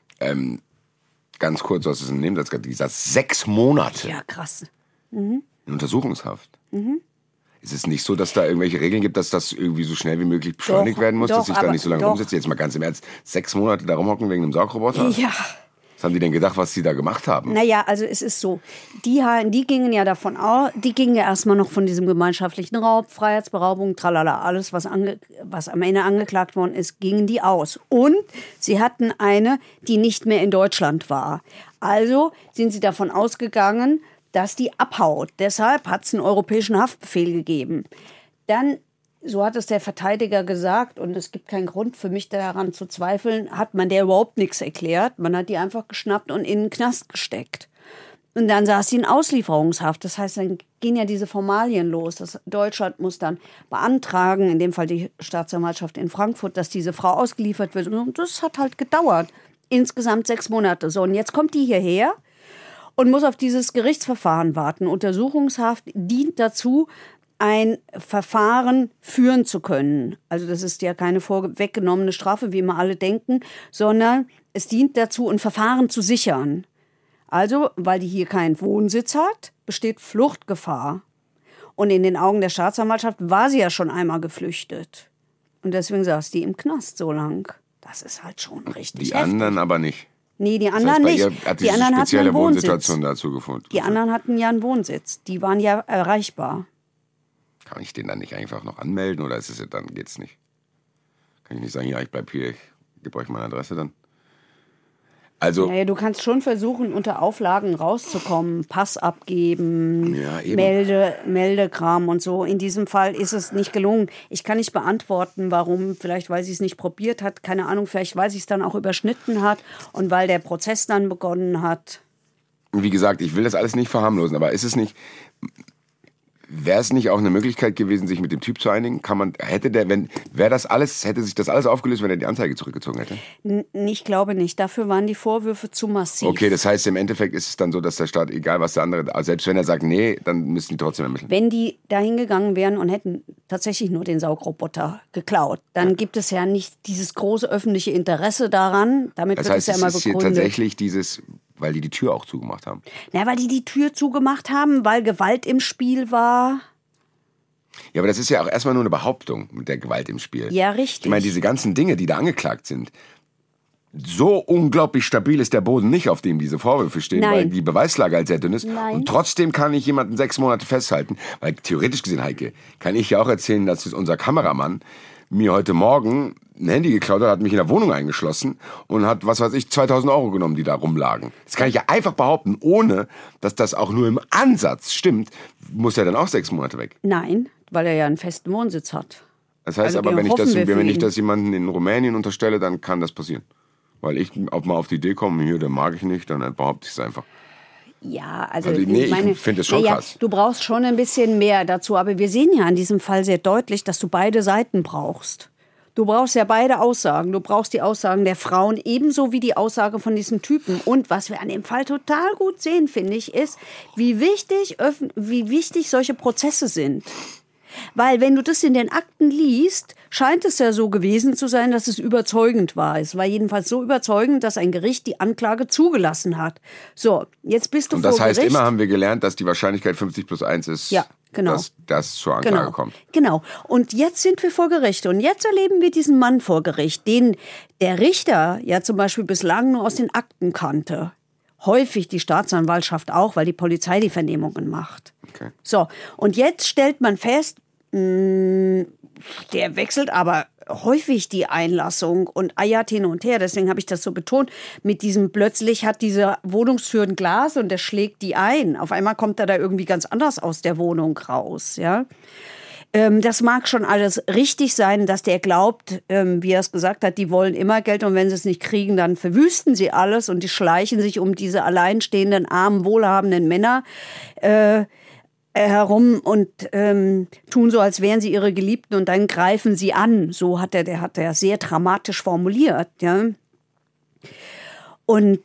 Ganz kurz, du hast es in Nebensatz gesagt, 6 Monate. Ja, krass. In Untersuchungshaft. Ist es nicht so, dass da irgendwelche Regeln gibt, dass das irgendwie so schnell wie möglich beschleunigt werden muss, dass sich da nicht so lange umsetzt? Jetzt mal ganz im Ernst, 6 Monate da rumhocken wegen einem Saugroboter? Ja. Was haben die denn gedacht, was sie da gemacht haben? Naja, also es ist so, die gingen ja davon aus, die gingen ja erstmal noch von diesem gemeinschaftlichen Raub, Freiheitsberaubung, tralala, alles, was am Ende angeklagt worden ist, gingen die aus. Und sie hatten eine, die nicht mehr in Deutschland war. Also sind sie davon ausgegangen, dass die abhaut. Deshalb hat es einen europäischen Haftbefehl gegeben. Dann, so hat es der Verteidiger gesagt, und es gibt keinen Grund für mich daran zu zweifeln, hat man der überhaupt nichts erklärt. Man hat die einfach geschnappt und in den Knast gesteckt. Und dann saß sie in Auslieferungshaft. Das heißt, dann gehen ja diese Formalien los. Deutschland muss dann beantragen, in dem Fall die Staatsanwaltschaft in Frankfurt, dass diese Frau ausgeliefert wird. Und das hat halt gedauert. Insgesamt 6 Monate. So, und jetzt kommt die hierher und muss auf dieses Gerichtsverfahren warten. Untersuchungshaft dient dazu, ein Verfahren führen zu können. Also das ist ja keine vorweggenommene Strafe, wie immer alle denken, sondern es dient dazu, ein Verfahren zu sichern. Also, weil die hier keinen Wohnsitz hat, besteht Fluchtgefahr. Und in den Augen der Staatsanwaltschaft war sie ja schon einmal geflüchtet. Und deswegen saß die im Knast so lang. Das ist halt schon richtig heftig. Die anderen aber nicht. Nee, die anderen nicht. Die anderen hatten einen Wohnsituation dazu gefunden. Die anderen hatten ja einen Wohnsitz. Die waren ja erreichbar. Kann ich den dann nicht einfach noch anmelden oder ist es dann geht's nicht? Kann ich nicht sagen, ja, ich bleib hier, ich gebe euch meine Adresse dann? Also, naja, du kannst schon versuchen, unter Auflagen rauszukommen, Pass abgeben, ja, eben. Meldekram und so. In diesem Fall ist es nicht gelungen. Ich kann nicht beantworten, warum. Vielleicht, weil sie es nicht probiert hat. Keine Ahnung, vielleicht, weil sie es dann auch überschnitten hat und weil der Prozess dann begonnen hat. Wie gesagt, ich will das alles nicht verharmlosen, aber ist es nicht... Wäre es nicht auch eine Möglichkeit gewesen, sich mit dem Typ zu einigen? Hätte sich das alles aufgelöst, wenn er die Anzeige zurückgezogen hätte? Ich glaube nicht. Dafür waren die Vorwürfe zu massiv. Okay, das heißt, im Endeffekt ist es dann so, dass der Staat, egal was der andere, also selbst wenn er sagt, nee, dann müssen die trotzdem ermitteln. Wenn die da hingegangen wären und hätten tatsächlich nur den Saugroboter geklaut, dann gibt es ja nicht dieses große öffentliche Interesse daran. Damit wird es ja immer begründet. Das heißt, es ist hier tatsächlich dieses... Weil die Tür auch zugemacht haben. Ja, weil die Tür zugemacht haben, weil Gewalt im Spiel war. Ja, aber das ist ja auch erstmal nur eine Behauptung mit der Gewalt im Spiel. Ja, richtig. Ich meine, diese ganzen Dinge, die da angeklagt sind, so unglaublich stabil ist der Boden nicht, auf dem diese Vorwürfe stehen, Nein. weil die Beweislage halt sehr dünn ist. Nein. Und trotzdem kann ich jemanden 6 Monate festhalten. Weil theoretisch gesehen, Heike, kann ich ja auch erzählen, dass unser Kameramann mir heute Morgen ein Handy geklaut hat mich in der Wohnung eingeschlossen und hat, 2.000 Euro genommen, die da rumlagen. Das kann ich ja einfach behaupten, ohne dass das auch nur im Ansatz stimmt, muss er dann auch 6 Monate weg. Nein, weil er ja einen festen Wohnsitz hat. Das heißt also aber, wenn ich das jemanden in Rumänien unterstelle, dann kann das passieren. Weil ich auch mal auf die Idee komme, hier, den mag ich nicht, dann behaupte ich es einfach. Ja, also ich finde es schon krass. Du brauchst schon ein bisschen mehr dazu, aber wir sehen ja in diesem Fall sehr deutlich, dass du beide Seiten brauchst. Du brauchst ja beide Aussagen. Du brauchst die Aussagen der Frauen ebenso wie die Aussage von diesen Typen. Und was wir an dem Fall total gut sehen, finde ich, ist, wie wichtig solche Prozesse sind. Weil wenn du das in den Akten liest, scheint es ja so gewesen zu sein, dass es überzeugend war. Es war jedenfalls so überzeugend, dass ein Gericht die Anklage zugelassen hat. So, jetzt bist du vor Gericht. Und das heißt, immer haben wir gelernt, dass die Wahrscheinlichkeit 50+1 ist, ja, genau, dass das zur Anklage kommt. Genau. Und jetzt sind wir vor Gericht. Und jetzt erleben wir diesen Mann vor Gericht, den der Richter ja zum Beispiel bislang nur aus den Akten kannte. Häufig die Staatsanwaltschaft auch, weil die Polizei die Vernehmungen macht. Okay. So, und jetzt stellt man fest, der wechselt aber häufig die Einlassung und eiert hin und her. Deswegen habe ich das so betont. Mit diesem plötzlich hat diese Wohnungstür ein Glas und der schlägt die ein. Auf einmal kommt er da irgendwie ganz anders aus der Wohnung raus. Ja? Das mag schon alles richtig sein, dass der glaubt, wie er es gesagt hat, die wollen immer Geld und wenn sie es nicht kriegen, dann verwüsten sie alles und die schleichen sich um diese alleinstehenden, armen, wohlhabenden Männer herum und tun so, als wären sie ihre Geliebten und dann greifen sie an. So hat er sehr dramatisch formuliert. Ja? Und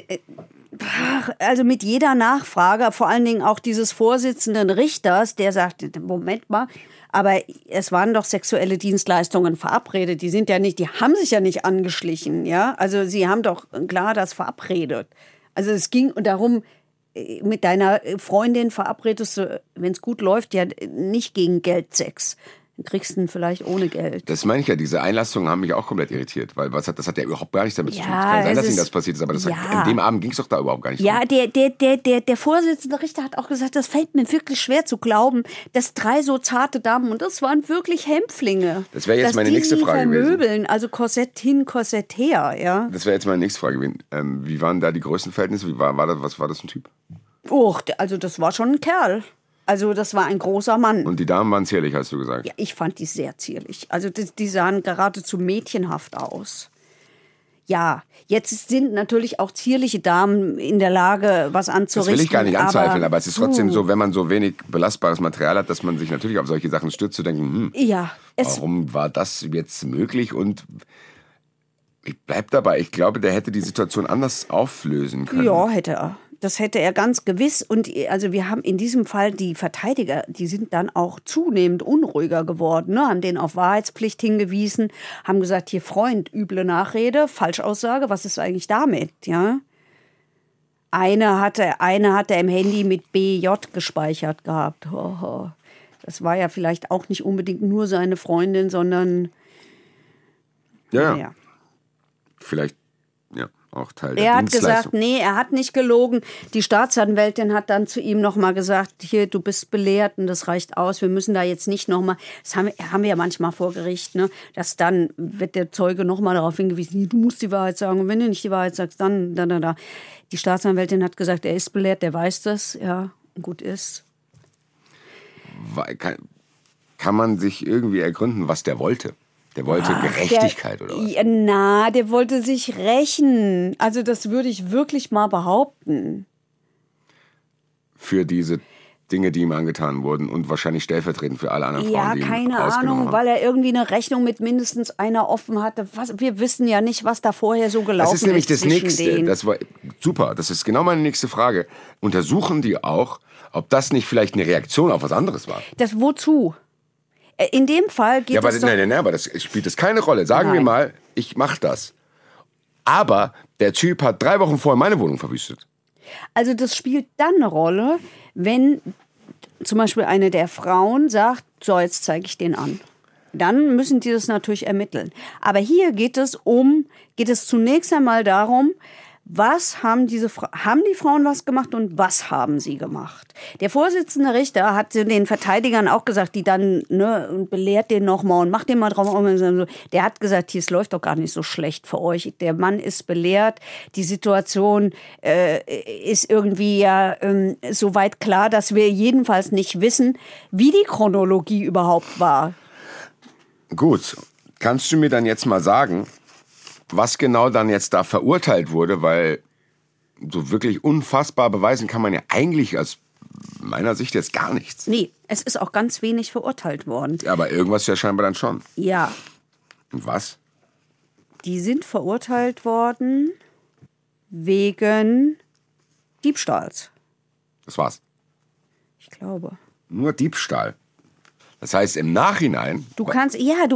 also mit jeder Nachfrage, vor allen Dingen auch dieses Vorsitzenden Richters, der sagt, Moment mal, aber es waren doch sexuelle Dienstleistungen verabredet. Die haben sich ja nicht angeschlichen, ja. Also sie haben doch klar das verabredet. Also es ging darum, mit deiner Freundin verabredest du, wenn es gut läuft, ja nicht gegen Geldsex. Dann kriegst du ihn vielleicht ohne Geld. Das meine ich ja, diese Einlassungen haben mich auch komplett irritiert, weil das hat ja überhaupt gar nichts damit zu tun. Es kann sein, dass Ihnen das passiert ist, aber in dem Abend ging es doch da überhaupt gar nicht. Ja, der Vorsitzende Richter hat auch gesagt, das fällt mir wirklich schwer zu glauben, dass 3 so zarte Damen, und das waren wirklich Hämpflinge. Das wäre jetzt meine nächste Frage gewesen. Also Korsett hin, Korsett her, ja. Das wäre jetzt meine nächste Frage gewesen. Wie waren da die Größenverhältnisse? Was war das für ein Typ? Also das war schon ein Kerl. Also das war ein großer Mann. Und die Damen waren zierlich, hast du gesagt? Ja, ich fand die sehr zierlich. Also die sahen geradezu mädchenhaft aus. Ja, jetzt sind natürlich auch zierliche Damen in der Lage, was anzurichten. Das will ich gar nicht anzweifeln, aber es ist trotzdem so, wenn man so wenig belastbares Material hat, dass man sich natürlich auf solche Sachen stützt, zu denken, warum war das jetzt möglich? Und ich bleib dabei, ich glaube, der hätte die Situation anders auflösen können. Ja, hätte er. Das hätte er ganz gewiss. Und also wir haben in diesem Fall die Verteidiger, die sind dann auch zunehmend unruhiger geworden, ne? Haben denen auf Wahrheitspflicht hingewiesen, haben gesagt, hier Freund, üble Nachrede, Falschaussage, was ist eigentlich damit? Ja? Eine hatte im Handy mit BJ gespeichert gehabt. Das war ja vielleicht auch nicht unbedingt nur seine Freundin, sondern ja. Vielleicht auch Teil der Er hat Dienstleistung. gesagt, nee, er hat nicht gelogen. Die Staatsanwältin hat dann zu ihm nochmal gesagt, hier, du bist belehrt und das reicht aus. Wir müssen da jetzt nicht nochmal, das haben wir ja manchmal vor Gericht, ne, dass dann wird der Zeuge nochmal darauf hingewiesen, du musst die Wahrheit sagen und wenn du nicht die Wahrheit sagst, dann. Die Staatsanwältin hat gesagt, er ist belehrt, der weiß das, ja, gut ist. Kann man sich irgendwie ergründen, was der wollte? Der wollte Gerechtigkeit oder was? Der wollte sich rächen. Also das würde ich wirklich mal behaupten. Für diese Dinge, die ihm angetan wurden und wahrscheinlich stellvertretend für alle anderen Frauen, die ihn ausgenommen haben. Ja, keine Ahnung, weil er irgendwie eine Rechnung mit mindestens einer offen hatte. Wir wissen ja nicht, was da vorher so gelaufen ist. Das ist nämlich das Nächste. Das war super. Das ist genau meine nächste Frage. Untersuchen die auch, ob das nicht vielleicht eine Reaktion auf was anderes war? Das wozu? In dem Fall geht es Nein, aber das spielt das keine Rolle. Sagen wir mal, ich mache das. Aber der Typ hat 3 Wochen vorher meine Wohnung verwüstet. Also das spielt dann eine Rolle, wenn zum Beispiel eine der Frauen sagt, so, jetzt zeige ich den an. Dann müssen die das natürlich ermitteln. Aber hier geht es zunächst einmal darum, haben die Frauen was gemacht und was haben sie gemacht? Der Vorsitzende Richter hat den Verteidigern auch gesagt, die dann belehrt den nochmal und macht den mal drauf. Der hat gesagt, hier, es läuft doch gar nicht so schlecht für euch. Der Mann ist belehrt, die Situation ist irgendwie so weit klar, dass wir jedenfalls nicht wissen, wie die Chronologie überhaupt war. Gut, kannst du mir dann jetzt mal sagen, was genau dann jetzt da verurteilt wurde, weil so wirklich unfassbar beweisen kann man ja eigentlich aus meiner Sicht jetzt gar nichts. Nee, es ist auch ganz wenig verurteilt worden. Ja, aber irgendwas ja scheinbar dann schon. Ja. Und was? Die sind verurteilt worden wegen Diebstahls. Das war's. Ich glaube. Nur Diebstahl. Das heißt, im Nachhinein... Du kannst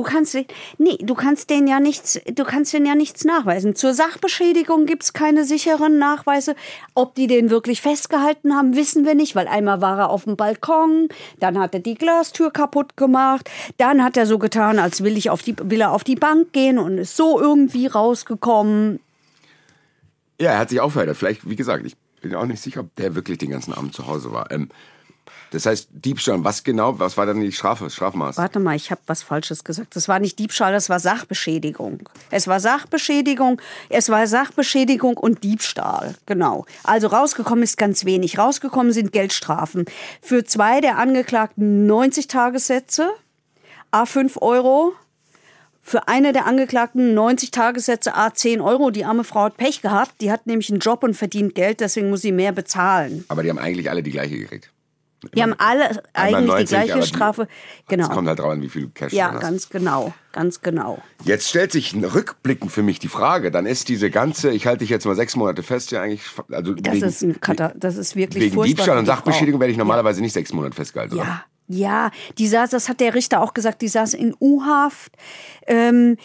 denen ja nichts nachweisen. Zur Sachbeschädigung gibt es keine sicheren Nachweise. Ob die den wirklich festgehalten haben, wissen wir nicht, weil einmal war er auf dem Balkon, dann hat er die Glastür kaputt gemacht, dann hat er so getan, als will er auf die Bank gehen und ist so irgendwie rausgekommen. Ja, er hat sich auch verheddert. Vielleicht, wie gesagt, ich bin auch nicht sicher, ob der wirklich den ganzen Abend zu Hause war. Das heißt, Diebstahl, was war dann die Strafmaß? Warte mal, ich habe was Falsches gesagt. Das war nicht Diebstahl, das war Sachbeschädigung. Es war Sachbeschädigung und Diebstahl, genau. Also rausgekommen ist ganz wenig. Rausgekommen sind Geldstrafen. Für 2 der Angeklagten 90 Tagessätze, A5 Euro. Für eine der Angeklagten 90 Tagessätze, A10 Euro. Die arme Frau hat Pech gehabt. Die hat nämlich einen Job und verdient Geld, deswegen muss sie mehr bezahlen. Aber die haben eigentlich alle die gleiche gekriegt. Die haben alle eigentlich 90, die gleiche Strafe. Genau. Es kommt halt drauf an, wie viel Cash du hast. Ja, ganz genau. Jetzt stellt sich rückblickend für mich die Frage, dann ist diese ganze, ich halte dich jetzt mal 6 Monate fest, ja eigentlich, also das ist wirklich wegen Diebstahl und Sachbeschädigung werde ich normalerweise nicht 6 Monate festgehalten. Oder? Ja, das hat der Richter auch gesagt, die saß in U-Haft. Für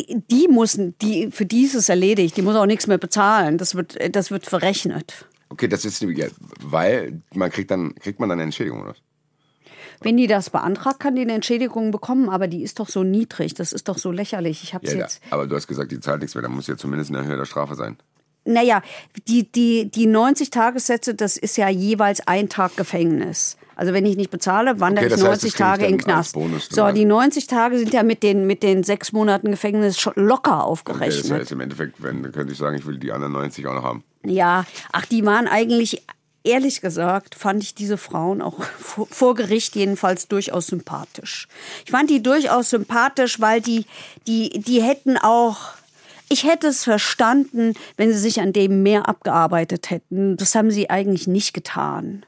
die ist es erledigt, die muss auch nichts mehr bezahlen, das wird verrechnet. Okay, das ist, weil kriegt man dann eine Entschädigung, oder? Wenn die das beantragt, kann die eine Entschädigung bekommen, aber die ist doch so niedrig, das ist doch so lächerlich. Aber du hast gesagt, die zahlt nichts mehr, dann muss ja zumindest eine Höhe der Strafe sein. Naja, die 90 Tagessätze, das ist ja jeweils 1 Tag Gefängnis. Also wenn ich nicht bezahle, wandere ich 90 Tage in den Knast. So, die 90 Tage sind ja mit den 6 Monaten Gefängnis schon locker aufgerechnet. Okay, das heißt im Endeffekt, könnte ich sagen, ich will die anderen 90 auch noch haben. Ja, die waren eigentlich, ehrlich gesagt, fand ich diese Frauen auch vor Gericht jedenfalls durchaus sympathisch. Ich fand die durchaus sympathisch, weil die hätten auch... Ich hätte es verstanden, wenn sie sich an dem mehr abgearbeitet hätten. Das haben sie eigentlich nicht getan.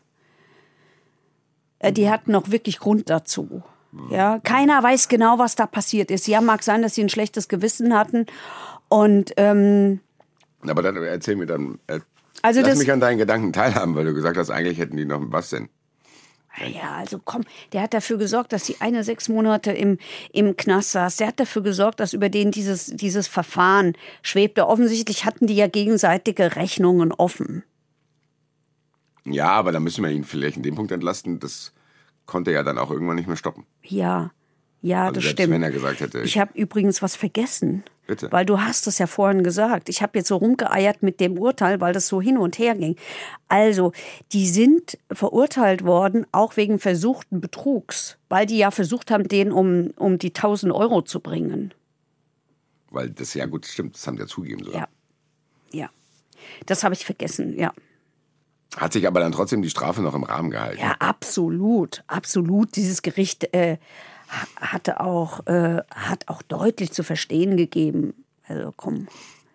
Die hatten auch wirklich Grund dazu. Ja, keiner weiß genau, was da passiert ist. Ja, mag sein, dass sie ein schlechtes Gewissen hatten. Und aber dann erzähl mir dann. Lass mich an deinen Gedanken teilhaben, weil du gesagt hast, eigentlich hätten die noch was denn. Ja, also komm, der hat dafür gesorgt, dass die 6 Monate im Knast saß. Der hat dafür gesorgt, dass über den dieses Verfahren schwebte. Offensichtlich hatten die ja gegenseitige Rechnungen offen. Ja, aber da müssen wir ihn vielleicht in dem Punkt entlasten. Das konnte ja dann auch irgendwann nicht mehr stoppen. Ja, also das selbst stimmt. Wenn er gesagt hätte. Ich habe übrigens was vergessen. Bitte. Weil du hast es ja vorhin gesagt. Ich habe jetzt so rumgeeiert mit dem Urteil, weil das so hin und her ging. Also, die sind verurteilt worden, auch wegen versuchten Betrugs. Weil die ja versucht haben, den um die 1.000 Euro zu bringen. Weil das, ja gut, stimmt, das haben sie ja zugegeben sogar. Ja. Das habe ich vergessen, ja. Hat sich aber dann trotzdem die Strafe noch im Rahmen gehalten? Ja, absolut. Dieses Gericht hat auch deutlich zu verstehen gegeben. Also komm.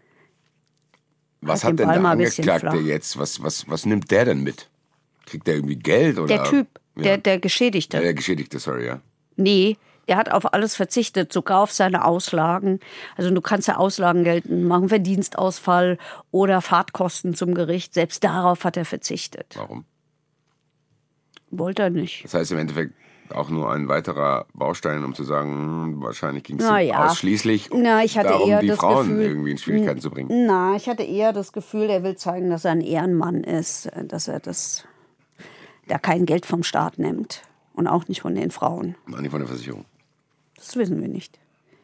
Was hat denn der Angeklagte jetzt? Was nimmt der denn mit? Kriegt der irgendwie Geld? Oder? Der Typ, der Geschädigte. Ja, der Geschädigte, sorry, ja. Nee, der hat auf alles verzichtet, sogar auf seine Auslagen. Also du kannst ja Auslagen geltend machen, Verdienstausfall oder Fahrtkosten zum Gericht. Selbst darauf hat er verzichtet. Warum? Wollte er nicht. Das heißt im Endeffekt auch nur ein weiterer Baustein, um zu sagen, wahrscheinlich ging es ausschließlich darum, die Frauen irgendwie in Schwierigkeiten zu bringen. Ich hatte eher das Gefühl, er will zeigen, dass er ein Ehrenmann ist, dass er da kein Geld vom Staat nimmt und auch nicht von den Frauen. Auch nicht von der Versicherung. Das wissen wir nicht.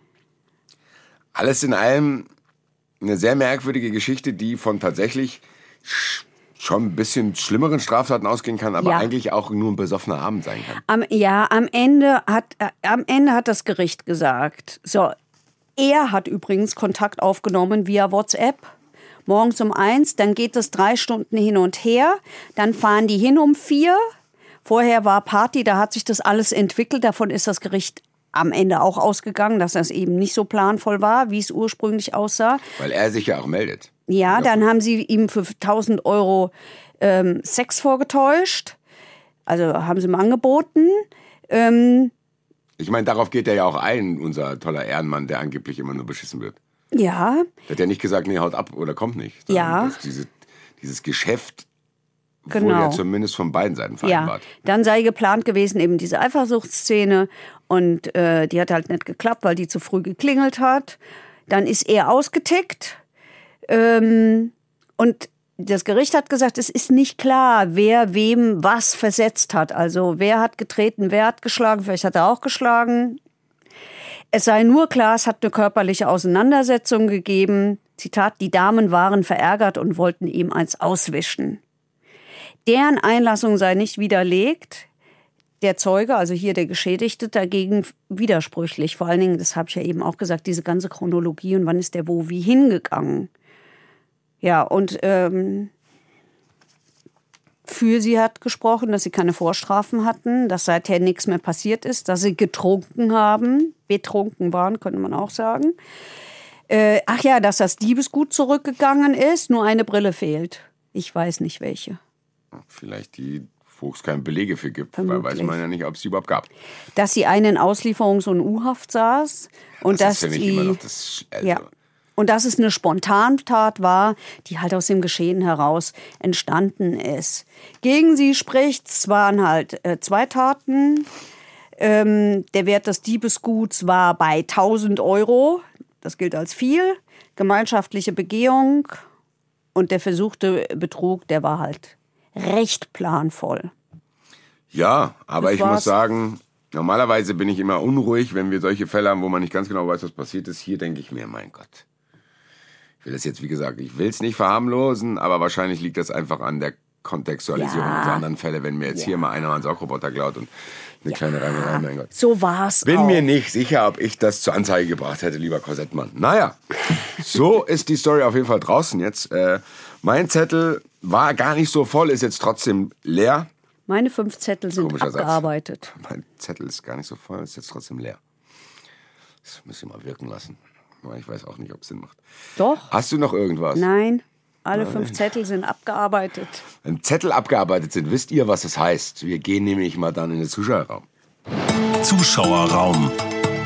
Alles in allem eine sehr merkwürdige Geschichte, die von tatsächlich schon ein bisschen schlimmeren Straftaten ausgehen kann, aber eigentlich auch nur ein besoffener Abend sein kann. Am Ende hat das Gericht gesagt, so, er hat übrigens Kontakt aufgenommen via WhatsApp, morgens um 1, dann geht es 3 Stunden hin und her, dann fahren die hin um 4, vorher war Party, da hat sich das alles entwickelt, davon ist das Gericht am Ende auch ausgegangen, dass das eben nicht so planvoll war, wie es ursprünglich aussah. Weil er sich ja auch meldet. Ja, dann haben sie ihm für 1.000 Euro Sex vorgetäuscht. Also haben sie ihm angeboten. Ich meine, darauf geht er ja auch ein, unser toller Ehrenmann, der angeblich immer nur beschissen wird. Ja. Der hat ja nicht gesagt, nee, haut ab oder kommt nicht. Ja. Dieses Geschäft Genau. Wurde ja zumindest von beiden Seiten vereinbart. Ja, dann sei geplant gewesen eben diese Eifersuchtsszene und die hat halt nicht geklappt, weil die zu früh geklingelt hat. Dann ist er ausgetickt und das Gericht hat gesagt, es ist nicht klar, wer wem was versetzt hat. Also wer hat getreten, wer hat geschlagen, vielleicht hat er auch geschlagen. Es sei nur klar, es hat eine körperliche Auseinandersetzung gegeben. Zitat, die Damen waren verärgert und wollten ihm eins auswischen. Deren Einlassung sei nicht widerlegt. Der Zeuge, also hier der Geschädigte, dagegen widersprüchlich. Vor allen Dingen, das habe ich ja eben auch gesagt, diese ganze Chronologie und wann ist der wo wie hingegangen. Ja, und für sie hat gesprochen, dass sie keine Vorstrafen hatten, dass seither nichts mehr passiert ist, dass sie getrunken haben, betrunken waren, könnte man auch sagen. Ach ja, dass das Diebesgut zurückgegangen ist, nur eine Brille fehlt. Ich weiß nicht welche. Vielleicht die, wo es keine Belege für gibt, Vermutlich. weil weiß man ja nicht, ob es die überhaupt gab. Dass sie einen in Auslieferungs- und U-Haft saß und Das ist dass für mich die immer noch das... Also, ja. Und dass es eine Spontantat war, die halt aus dem Geschehen heraus entstanden ist. Gegen sie spricht, es waren halt 2 Taten. Der Wert des Diebesguts war bei 1.000 €. Das gilt als viel. Gemeinschaftliche Begehung und der versuchte Betrug, der war halt recht planvoll. ja, aber Das ich muss war's. sagen, normalerweise bin ich immer unruhig, wenn wir solche Fälle haben, wo man nicht ganz genau weiß, was passiert ist. Hier denke ich mir, mein Gott. Ich will das jetzt, wie gesagt, ich will es nicht verharmlosen, aber wahrscheinlich liegt das einfach an der Kontextualisierung Ja. unserer anderen Fälle, wenn mir jetzt hier mal einer einen Saugroboter klaut und eine kleine Reimerei, mein Gott. So war's Bin auch. mir nicht sicher, ob ich das zur Anzeige gebracht hätte, lieber Korsettmann. Naja, so ist die Story auf jeden Fall draußen jetzt. Mein Zettel war gar nicht so voll, ist jetzt trotzdem leer. Meine 5 Zettel sind Komischer Satz. abgearbeitet. Mein Zettel ist gar nicht so voll, ist jetzt trotzdem leer. Das muss ich mal wirken lassen. Aber ich weiß auch nicht, ob es Sinn macht. Doch. Hast du noch irgendwas? Nein, alle 5 Zettel sind abgearbeitet. Wenn Zettel abgearbeitet sind, wisst ihr, was das heißt? Wir gehen nämlich mal dann in den Zuschauerraum. Zuschauerraum.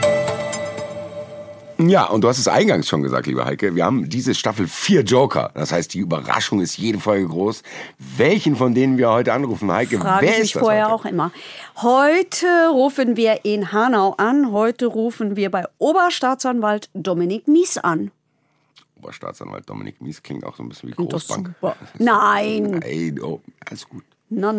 Ja, und du hast es eingangs schon gesagt, lieber Heike. Wir haben diese Staffel 4 Joker. Das heißt, die Überraschung ist jede Folge groß. Welchen von denen wir heute anrufen, Heike? Frage wer ich ist mich das vorher heute? auch immer. Heute rufen wir in Hanau an. Heute rufen wir bei Oberstaatsanwalt Dominik Mies an. Oberstaatsanwalt Dominik Mies klingt auch so ein bisschen wie Klingt doch Großbank. super. Nein. Ey, oh, alles gut. No.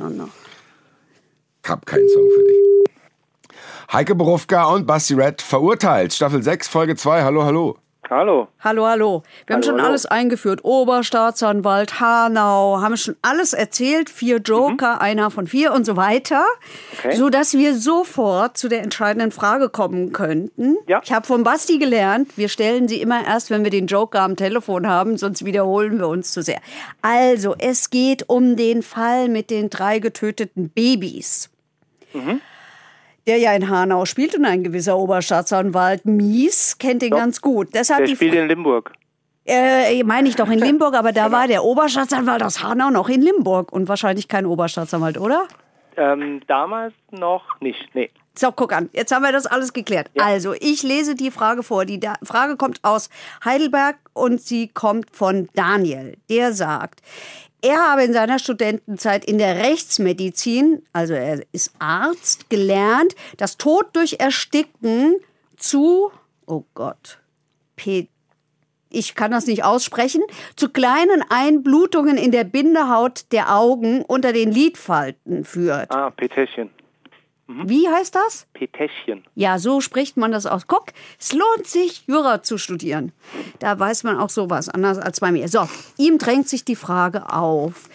Ich hab keinen Song für dich. Heike Borufka und Basti Red verurteilt. Staffel 6, Folge 2. Hallo, hallo. Hallo. Hallo. Wir haben schon alles eingeführt. Oberstaatsanwalt, Hanau, haben schon alles erzählt. 4 Joker, einer von 4 und so weiter. Okay. Sodass wir sofort zu der entscheidenden Frage kommen könnten. Ja. Ich habe von Basti gelernt, wir stellen sie immer erst, wenn wir den Joker am Telefon haben, sonst wiederholen wir uns zu sehr. Also, es geht um den Fall mit den 3 getöteten Babys. Der ja in Hanau spielt und ein gewisser Oberstaatsanwalt Mies kennt ihn ganz gut. Deshalb Der die spielt in Limburg. meine ich doch in Limburg, aber da war der Oberstaatsanwalt aus Hanau noch in Limburg und wahrscheinlich kein Oberstaatsanwalt, oder? Damals noch nicht, nee. So, guck an, jetzt haben wir das alles geklärt. Ja. Also, ich lese die Frage vor. Die Frage kommt aus Heidelberg und sie kommt von Daniel. Der sagt, er habe in seiner Studentenzeit in der Rechtsmedizin, also er ist Arzt, gelernt, dass Tod durch Ersticken zu, oh Gott, ich kann das nicht aussprechen, zu kleinen Einblutungen in der Bindehaut der Augen unter den Lidfalten führt. Petechen. Wie heißt das? Petechen. Ja, so spricht man das aus. Guck, es lohnt sich, Jura zu studieren. Da weiß man auch sowas, anders als bei mir. So, ihm drängt sich die Frage auf.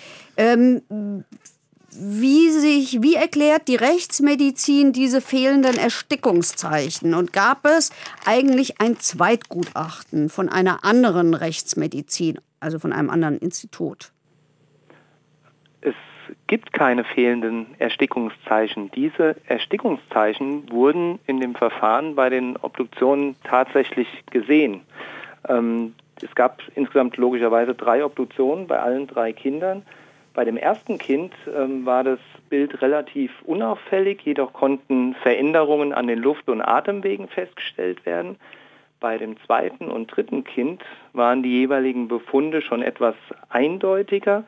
Wie erklärt die Rechtsmedizin diese fehlenden Erstickungszeichen? Und gab es eigentlich ein Zweitgutachten von einer anderen Rechtsmedizin, also von einem anderen Institut? Es gibt keine fehlenden Erstickungszeichen. Diese Erstickungszeichen wurden in dem Verfahren bei den Obduktionen tatsächlich gesehen. Es gab insgesamt logischerweise 3 Obduktionen bei allen 3 Kindern. Bei dem ersten Kind war das Bild relativ unauffällig, jedoch konnten Veränderungen an den Luft- und Atemwegen festgestellt werden. Bei dem zweiten und dritten Kind waren die jeweiligen Befunde schon etwas eindeutiger.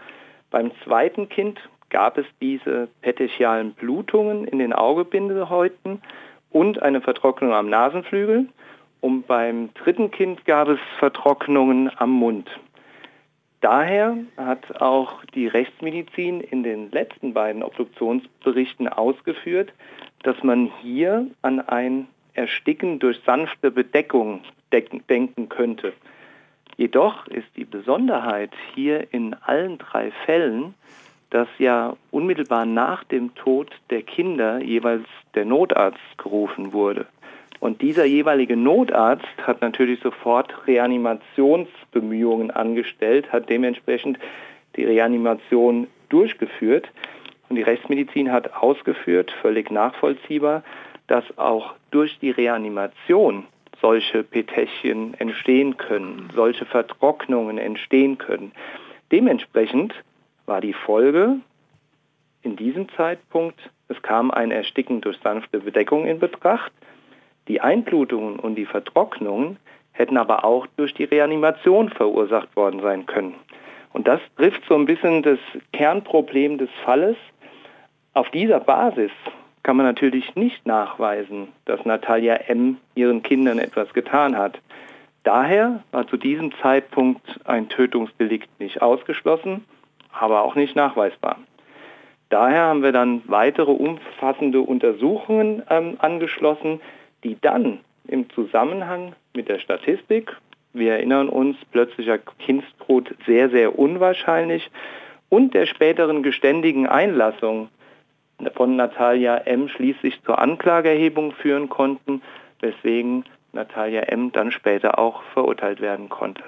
Beim zweiten Kind gab es diese petechialen Blutungen in den Augenbindehäuten und eine Vertrocknung am Nasenflügel. Und beim dritten Kind gab es Vertrocknungen am Mund. Daher hat auch die Rechtsmedizin in den letzten beiden Obduktionsberichten ausgeführt, dass man hier an ein Ersticken durch sanfte Bedeckung denken könnte. Jedoch ist die Besonderheit hier in allen 3 Fällen, dass ja unmittelbar nach dem Tod der Kinder jeweils der Notarzt gerufen wurde. Und dieser jeweilige Notarzt hat natürlich sofort Reanimationsbemühungen angestellt, hat dementsprechend die Reanimation durchgeführt. Und die Rechtsmedizin hat ausgeführt, völlig nachvollziehbar, dass auch durch die Reanimation solche Petechien entstehen können, solche Vertrocknungen entstehen können. Dementsprechend war die Folge in diesem Zeitpunkt, es kam ein Ersticken durch sanfte Bedeckung in Betracht. Die Einblutungen und die Vertrocknungen hätten aber auch durch die Reanimation verursacht worden sein können. Und das trifft so ein bisschen das Kernproblem des Falles. Auf dieser Basis kann man natürlich nicht nachweisen, dass Natalia M. ihren Kindern etwas getan hat. Daher war zu diesem Zeitpunkt ein Tötungsdelikt nicht ausgeschlossen, aber auch nicht nachweisbar. Daher haben wir dann weitere umfassende Untersuchungen angeschlossen, die dann im Zusammenhang mit der Statistik, wir erinnern uns, plötzlicher Kindstod sehr, sehr unwahrscheinlich, und der späteren geständigen Einlassung von Natalia M. schließlich zur Anklageerhebung führen konnten, weswegen Natalia M. dann später auch verurteilt werden konnte.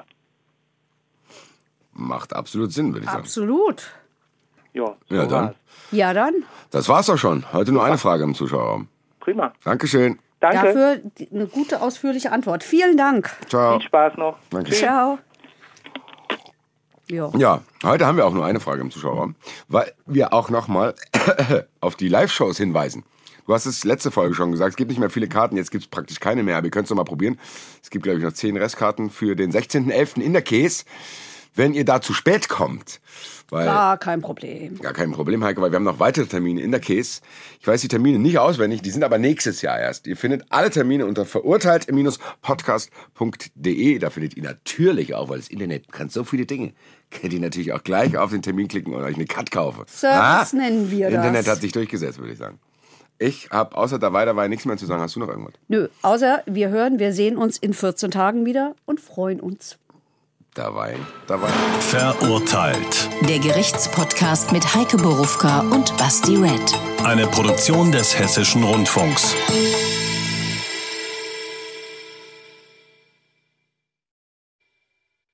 Macht absolut Sinn, würde ich sagen. Absolut. Ja, dann. Ja, dann. Das war's doch schon. Heute nur eine Frage im Zuschauerraum. Prima. Dankeschön. Danke. Dafür eine gute, ausführliche Antwort. Vielen Dank. Ciao. Viel Spaß noch. Danke. Ciao. Jo. Ja, heute haben wir auch nur eine Frage im Zuschauerraum, weil wir auch nochmal auf die Live-Shows hinweisen. Du hast es letzte Folge schon gesagt, es gibt nicht mehr viele Karten, jetzt gibt es praktisch keine mehr, aber ihr könnt es noch mal probieren. Es gibt, glaube ich, noch 10 Restkarten für den 16.11. in der Käs. Wenn ihr da zu spät kommt, weil Gar kein Problem. Gar kein Problem, Heike, weil wir haben noch weitere Termine in der Käs. Ich weiß die Termine nicht auswendig, die sind aber nächstes Jahr erst. Ihr findet alle Termine unter verurteilt-podcast.de. Da findet ihr natürlich auch, weil das Internet kann so viele Dinge, könnt ihr natürlich auch gleich auf den Termin klicken und euch eine Cut kaufen. Service nennen wir das. Internet hat sich durchgesetzt, würde ich sagen. Ich habe außer dabei nichts mehr zu sagen. Hast du noch irgendwas? Nö, außer wir sehen uns in 14 Tagen wieder und freuen uns. Dabei. Verurteilt. Der Gerichtspodcast mit Heike Borufka und Basti Red. Eine Produktion des Hessischen Rundfunks.